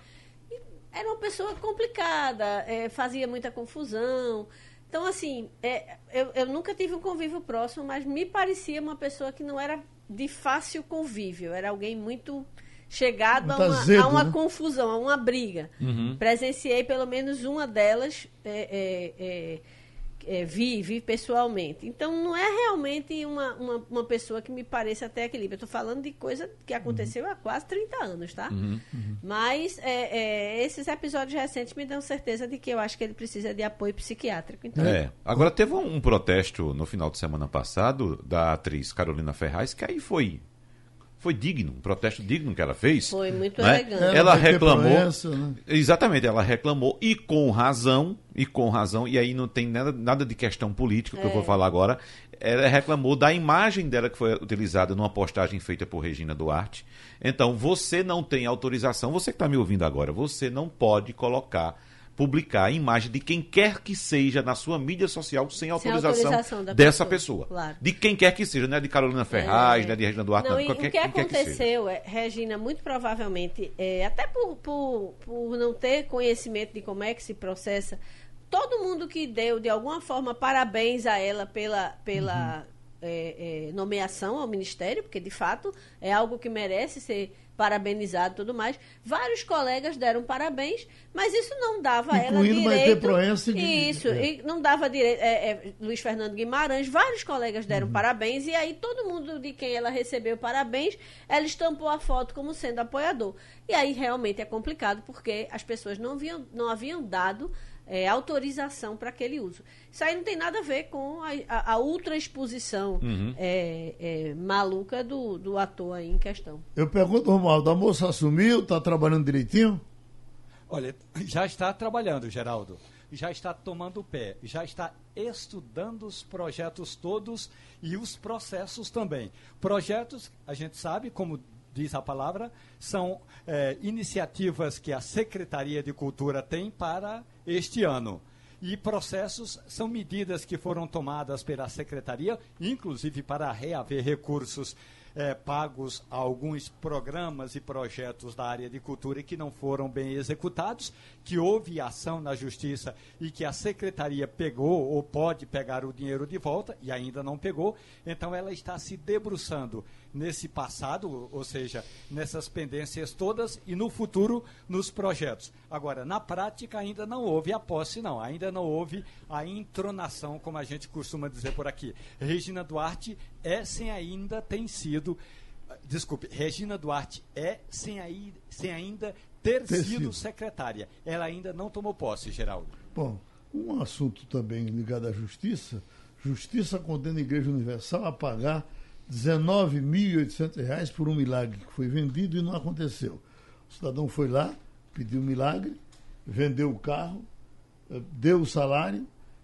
Era uma pessoa complicada, é, fazia muita confusão. Então, assim, é, eu, eu nunca tive um convívio próximo, mas me parecia uma pessoa que não era de fácil convívio. Era alguém muito chegado muito a uma, azedo, a uma né? confusão, a uma briga. Uhum. Presenciei pelo menos uma delas, é, é, é, é, vi, vi pessoalmente. Então, não é realmente uma, uma, uma pessoa que me pareça até equilíbrio. Eu estou falando de coisa que aconteceu uhum. há quase trinta anos, tá? Uhum. Uhum. Mas é, é, esses episódios recentes me dão certeza de que eu acho que ele precisa de apoio psiquiátrico. Então, é. Agora, teve um, um protesto no final de semana passado da atriz Carolina Ferraz, que aí foi... Foi digno, um protesto digno que ela fez. Foi muito né? elegante. Ela, ela reclamou. Essa, né? Exatamente, ela reclamou e com razão, e com razão, e aí não tem nada, nada de questão política que é. eu vou falar agora. Ela reclamou da imagem dela que foi utilizada numa postagem feita por Regina Duarte. Então, você não tem autorização, você que está me ouvindo agora, você não pode colocar, publicar a imagem de quem quer que seja na sua mídia social sem, sem autorização, autorização dessa pessoa. pessoa. Claro. De quem quer que seja, não é de Carolina Ferraz, é. não é de Regina Duarte, não, não, qualquer, o que aconteceu é, Regina, muito provavelmente, é, até por, por, por não ter conhecimento de como é que se processa, todo mundo que deu, de alguma forma, parabéns a ela pela... pela uhum. é, é, nomeação ao Ministério, porque, de fato, é algo que merece ser parabenizado e tudo mais. Vários colegas deram parabéns, mas isso não dava a ela direito... Proença de... Isso, é. e não dava direito... É, é, Luiz Fernando Guimarães, vários colegas deram uhum. parabéns, e aí todo mundo de quem ela recebeu parabéns, ela estampou a foto como sendo apoiador. E aí realmente é complicado, porque as pessoas não, haviam, não haviam dado... É, autorização para aquele uso. Isso aí não tem nada a ver com a, a, a ultra exposição uhum. é, é, maluca do, do ator aí em questão. Eu pergunto, Romualdo, a moça assumiu, está trabalhando direitinho? Olha, já está trabalhando, Geraldo. Já está tomando pé, já está estudando os projetos todos e os processos também. Projetos, a gente sabe, como diz a palavra, são é, iniciativas que a Secretaria de Cultura tem para este ano. E processos são medidas que foram tomadas pela Secretaria, inclusive para reaver recursos é, pagos a alguns programas e projetos da área de cultura e que não foram bem executados, que houve ação na Justiça e que a Secretaria pegou ou pode pegar o dinheiro de volta e ainda não pegou. Então ela está se debruçando nesse passado, ou seja, nessas pendências todas e no futuro nos projetos. Agora, na prática ainda não houve a posse, não, ainda não houve a entronação, como a gente costuma dizer por aqui. Regina Duarte é sem ainda tem sido, desculpe, Regina Duarte é sem, aí, sem ainda ter, ter sido, sido secretária. Ela ainda não tomou posse, Geraldo. Bom, um assunto também ligado à justiça, justiça condena a Igreja Universal a pagar dezenove mil e oitocentos reais por um milagre que foi vendido e não aconteceu. O cidadão foi lá, pediu um milagre, vendeu o carro, deu o salário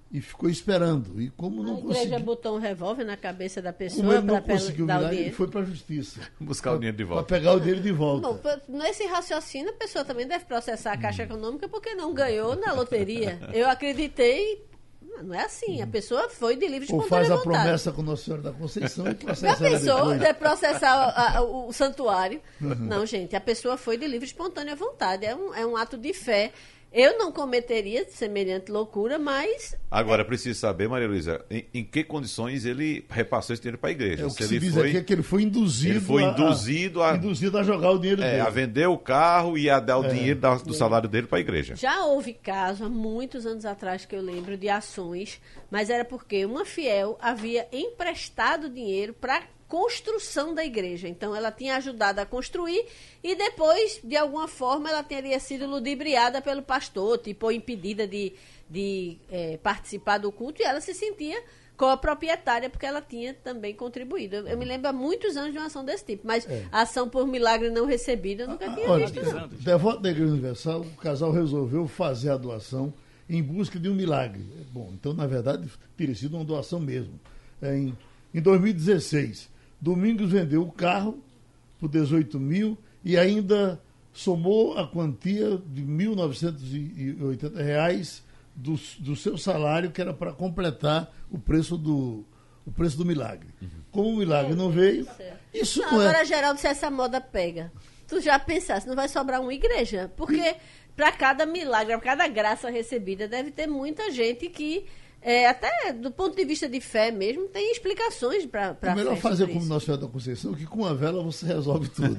e ficou esperando. E como não a igreja conseguiu, botou um revólver na cabeça da como pessoa ele não para conseguiu dar o milagre, ele dinheiro. foi para a justiça. Buscar o dinheiro de volta. Para pegar o dinheiro de volta. Bom, nesse raciocínio, a pessoa também deve processar a Caixa Econômica porque não ganhou na loteria. Eu acreditei. Não é assim. A pessoa foi de livre Ou espontânea faz a vontade. promessa com Nossa Senhora da Conceição e Já processa ela pensou depois. de processar a- a- o, o santuário? Não, gente, a pessoa foi de livre espontânea vontade. É um, é um ato de fé. Eu não cometeria semelhante loucura, mas Agora, preciso saber, Maria Luísa, em, em que condições ele repassou esse dinheiro para a igreja? É, o que se se ele diz foi, aqui é que ele foi induzido, ele foi a- induzido a- induzido a jogar o dinheiro é, dele. a vender o carro e a dar o É. dinheiro da- do salário dele para a igreja. já houve caso há muitos anos atrás que eu lembro de ações, mas era porque uma fiel havia emprestado dinheiro para construção da igreja. Então ela tinha ajudado a construir e depois, de alguma forma, ela teria sido ludibriada pelo pastor, tipo, ou impedida de, de eh, participar do culto, e ela se sentia co-proprietária porque ela tinha também contribuído. Eu, eu me lembro há muitos anos de uma ação desse tipo, mas a ação por milagre não recebida eu nunca tinha Olha, visto, não. devoto da Igreja Universal, o casal resolveu fazer a doação em busca de um milagre. Bom, então, na verdade, teria sido uma doação mesmo. É, Em, em dois mil e dezesseis, Domingos vendeu o carro por dezoito mil e ainda somou a quantia de mil novecentos e oitenta reais do, do seu salário, que era para completar o preço do, o preço do milagre. Como o milagre não veio, isso Não, não agora, é... Geraldo, se essa moda pega, tu já pensasse, não vai sobrar uma igreja? Porque para cada milagre, para cada graça recebida, deve ter muita gente que, é, até do ponto de vista de fé mesmo, tem explicações para É melhor fazer como Nossa Senhora da Conceição, que com a vela você resolve tudo.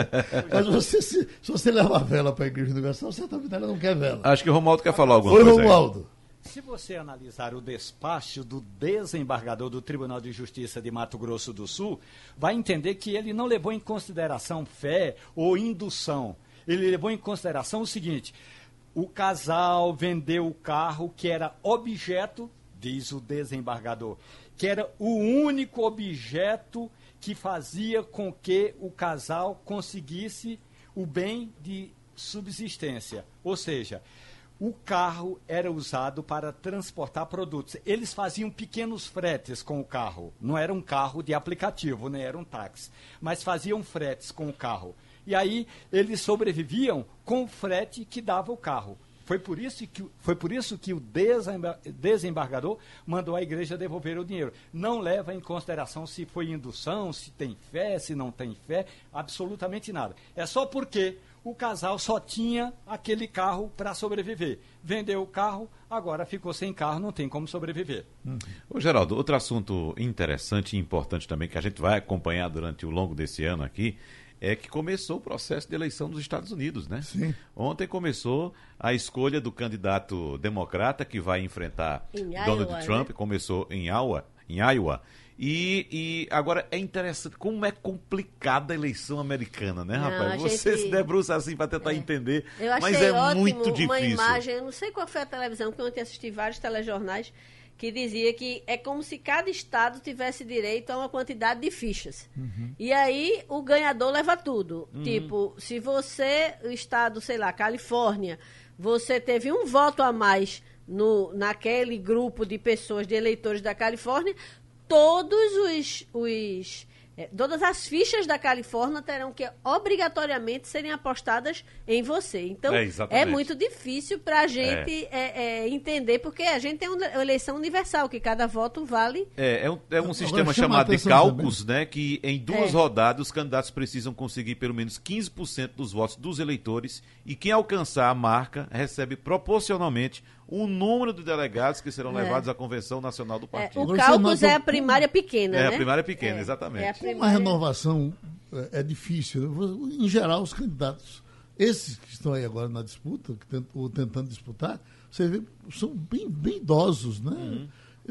Mas você, se, se você leva a vela para a Igreja Universal, certamente ela não quer vela. Acho que o Romualdo quer falar alguma Oi, coisa aí. Romualdo. Se você analisar o despacho do desembargador do Tribunal de Justiça de Mato Grosso do Sul, vai entender que ele não levou em consideração fé ou indução. Ele levou em consideração o seguinte: o casal vendeu o carro que era objeto, diz o desembargador, que era o único objeto que fazia com que o casal conseguisse o bem de subsistência. Ou seja, o carro era usado para transportar produtos. Eles faziam pequenos fretes com o carro. Não era um carro de aplicativo, nem era um táxi. Mas faziam fretes com o carro. E aí eles sobreviviam com o frete que dava o carro. Foi por isso que, foi por isso que o desembar- desembargador mandou a igreja devolver o dinheiro. Não leva em consideração se foi indução, se tem fé, se não tem fé, absolutamente nada. É só porque o casal só tinha aquele carro para sobreviver. Vendeu o carro, agora ficou sem carro, não tem como sobreviver. Ô, Geraldo, outro assunto interessante e importante também, que a gente vai acompanhar durante o longo desse ano aqui, é que começou o processo de eleição dos Estados Unidos, né? Sim. Ontem começou a escolha do candidato democrata que vai enfrentar Em Donald Iowa, Trump, né? começou em Iowa, em Iowa. E, e agora é interessante como é complicada a eleição americana, né, Não, rapaz? a Você gente- se debruça assim para tentar entender, Eu achei mas é ótimo muito difícil. uma imagem, eu não sei qual foi a televisão, porque ontem assisti vários telejornais que dizia que é como se cada estado tivesse direito a uma quantidade de fichas. E aí o ganhador leva tudo. Tipo, se você, o estado, sei lá, Califórnia, você teve um voto a mais no, naquele grupo de pessoas, de eleitores da Califórnia, todos os... os é, todas as fichas da Califórnia terão que obrigatoriamente serem apostadas em você. Então, É, é, exatamente. muito difícil para a gente é, é, entender, porque a gente tem uma eleição universal, que cada voto vale. É, é um, é um Agora, sistema chama a chamado de atenção cálculos, né? Que em duas É. rodadas os candidatos precisam conseguir pelo menos quinze por cento dos votos dos eleitores e quem alcançar a marca recebe proporcionalmente o número de delegados que serão É. levados à Convenção Nacional do É, Partido. o Agora você cálculos nota é a como- primária pequena, É, né? a primária pequena, É, exatamente. é a Uma primária- renovação é, é difícil. né? Em geral, os candidatos, esses que estão aí agora na disputa, que tent, ou tentando disputar, você vê, são bem, bem idosos, né?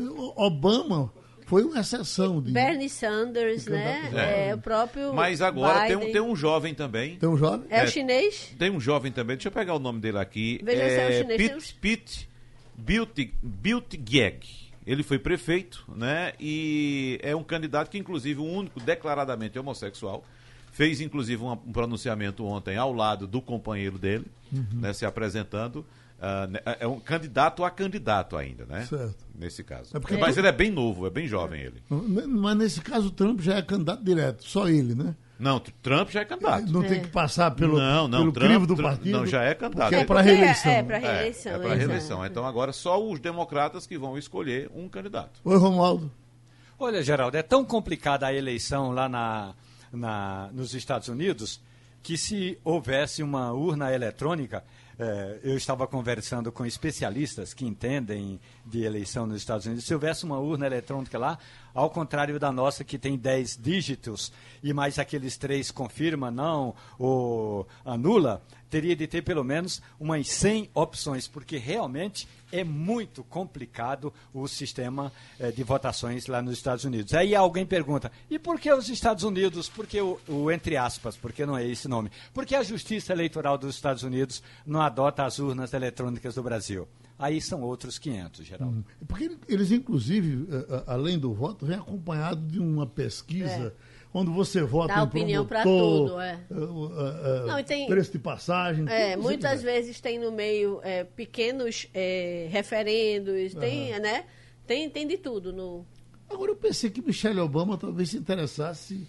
O Obama foi uma exceção. De, Bernie Sanders, de né? candidato. É, o próprio Mas agora tem um, Biden. tem um jovem também. Tem um jovem? É, É. o chinês? Tem um jovem também, deixa eu pegar o nome dele aqui. Veja se é o chinês, tem Pete, uns- Pete Buttig- Buttigieg. Ele foi prefeito, né? E é um candidato que, inclusive, o único declaradamente homossexual. Fez, inclusive, um, um pronunciamento ontem ao lado do companheiro dele, né, se apresentando. Uh, é um candidato a candidato ainda, né? Certo. Nesse caso. É porque- Mas ele é bem novo, é bem jovem ele. Mas nesse caso o Trump já é candidato direto, só ele, né? Não, Trump já é candidato. Não É. tem que passar pelo, Não, não, pelo Trump- crivo do Trump- partido. não, já é candidato. porque é É para porque reeleição. É, para É, reeleição. é para exato. reeleição. Então agora só os democratas que vão escolher um candidato. Oi, Romualdo. Olha, Geraldo, é tão complicada a eleição lá na, na- nos Estados Unidos que se houvesse uma urna eletrônica, eh, eu estava conversando com especialistas que entendem de eleição nos Estados Unidos, se houvesse uma urna eletrônica lá, ao contrário da nossa que tem dez dígitos e mais aqueles três confirma, não, ou anula, teria de ter pelo menos umas cem opções, porque realmente é muito complicado o sistema eh, de votações lá nos Estados Unidos. Aí alguém pergunta, e por que os Estados Unidos? Por que o, o entre aspas, porque não é esse nome? Por que a Justiça Eleitoral dos Estados Unidos não adota as urnas eletrônicas do Brasil? Aí são outros quinhentos, Geraldo. Porque eles, inclusive, a- a- além do voto, vem acompanhado de uma pesquisa onde você vota Dá em opinião pra promotor, tudo, é. uh, uh, uh, Não, e tem- preço de passagem. É, tudo muitas isso. vezes tem no meio é, pequenos é, referendos, tem, né? Tem, tem de tudo no. Agora, eu pensei que Michelle Obama talvez se interessasse,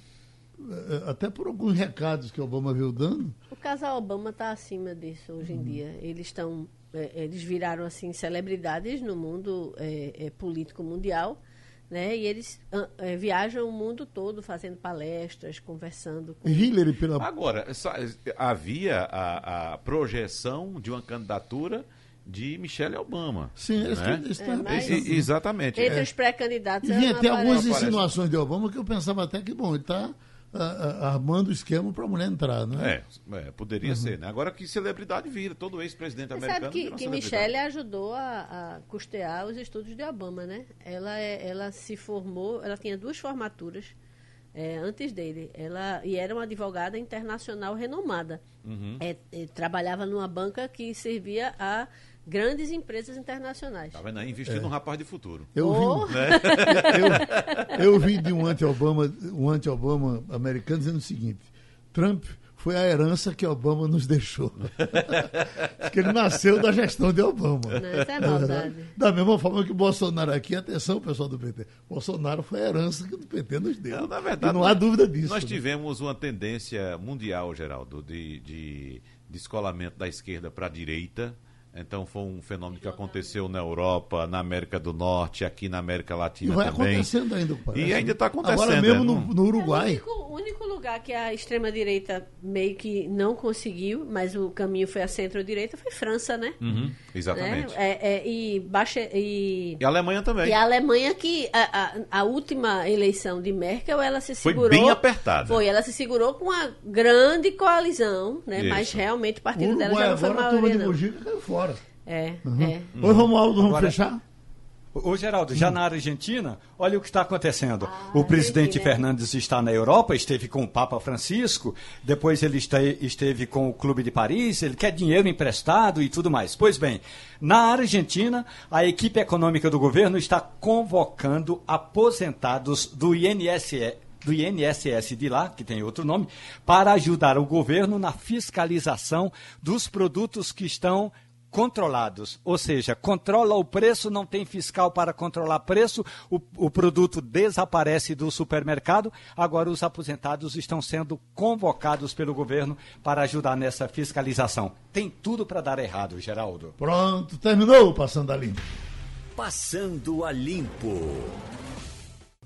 uh, até por alguns recados que Obama veio dando. O casal Obama está acima disso hoje em dia. Eles estão, é, eles viraram assim celebridades no mundo é, é, político mundial, né? E eles ah, é, viajam o mundo todo fazendo palestras, conversando com. Hillary pela... Agora, essa- havia a, a projeção de uma candidatura de Michelle Obama. Sim, eles né? têm- eles É, têm- mas- E- e- exatamente. Entre É. os pré-candidatos. E ela vinha não até aparece. algumas aparece. insinuações de Obama que eu pensava até que, bom, ele está armando o esquema para a mulher entrar, né? É, é, poderia ser, né? Agora que celebridade vira, todo ex-presidente Você americano sabe que, vira uma que celebridade. Michelle ajudou a, a custear os estudos de Obama, né? Ela, é- ela se formou, ela tinha duas formaturas é, antes dele. Ela, e era uma advogada internacional renomada. Uhum. É, é, trabalhava numa banca que servia a grandes empresas internacionais. Tá vendo aí? Investindo num rapaz de futuro. Eu vi, Oh. um- eu, eu vi de um anti-Obama, um anti-Obama americano dizendo o seguinte: Trump foi a herança que Obama nos deixou. Diz que ele nasceu da gestão de Obama. Não, isso é maldade. Da mesma forma que o Bolsonaro aqui, atenção, pessoal do P T, Bolsonaro foi a herança que o P T nos deu. Não, na verdade, e não há dúvida disso. Nós né? tivemos uma tendência mundial, Geraldo, de, de descolamento da esquerda para a direita. Então foi um fenômeno que aconteceu na Europa, na América do Norte, aqui na América E Latina vai também. acontecendo ainda. parece. E ainda está acontecendo. Agora mesmo é, no, não- no Uruguai. É o único, o único lugar que a extrema-direita meio que não conseguiu, mas o caminho foi a centro-direita, foi França, né? Uhum, exatamente. Né? É, é, e, baixa, e, E a Alemanha também. e a Alemanha, que a, a, a última eleição de Merkel, ela se Foi segurou... bem apertada. Foi, ela se segurou com uma grande coalizão, né? Isso. Mas realmente o O partido dela Uruguai já não foi agora a turma maioria, de não. Mojica caiu fora. É, é. Oi, Romualdo, vamos Agora- fechar? Ô, Geraldo, já na Argentina, olha o que está acontecendo. Ah, o presidente Argentina. Fernandes está na Europa, esteve com o Papa Francisco, depois ele este- esteve com o Clube de Paris, ele quer dinheiro emprestado e tudo mais. Pois bem, na Argentina, a equipe econômica do governo está convocando aposentados do I N S S. Do I N S S de lá, que tem outro nome, para ajudar o governo na fiscalização dos produtos que estão controlados, ou seja, controla o preço, não tem fiscal para controlar preço, o, o produto desaparece do supermercado, agora os aposentados estão sendo convocados pelo governo para ajudar nessa fiscalização. Tem tudo para dar errado, Geraldo. Pronto, terminou o Passando a Limpo. Passando a Limpo.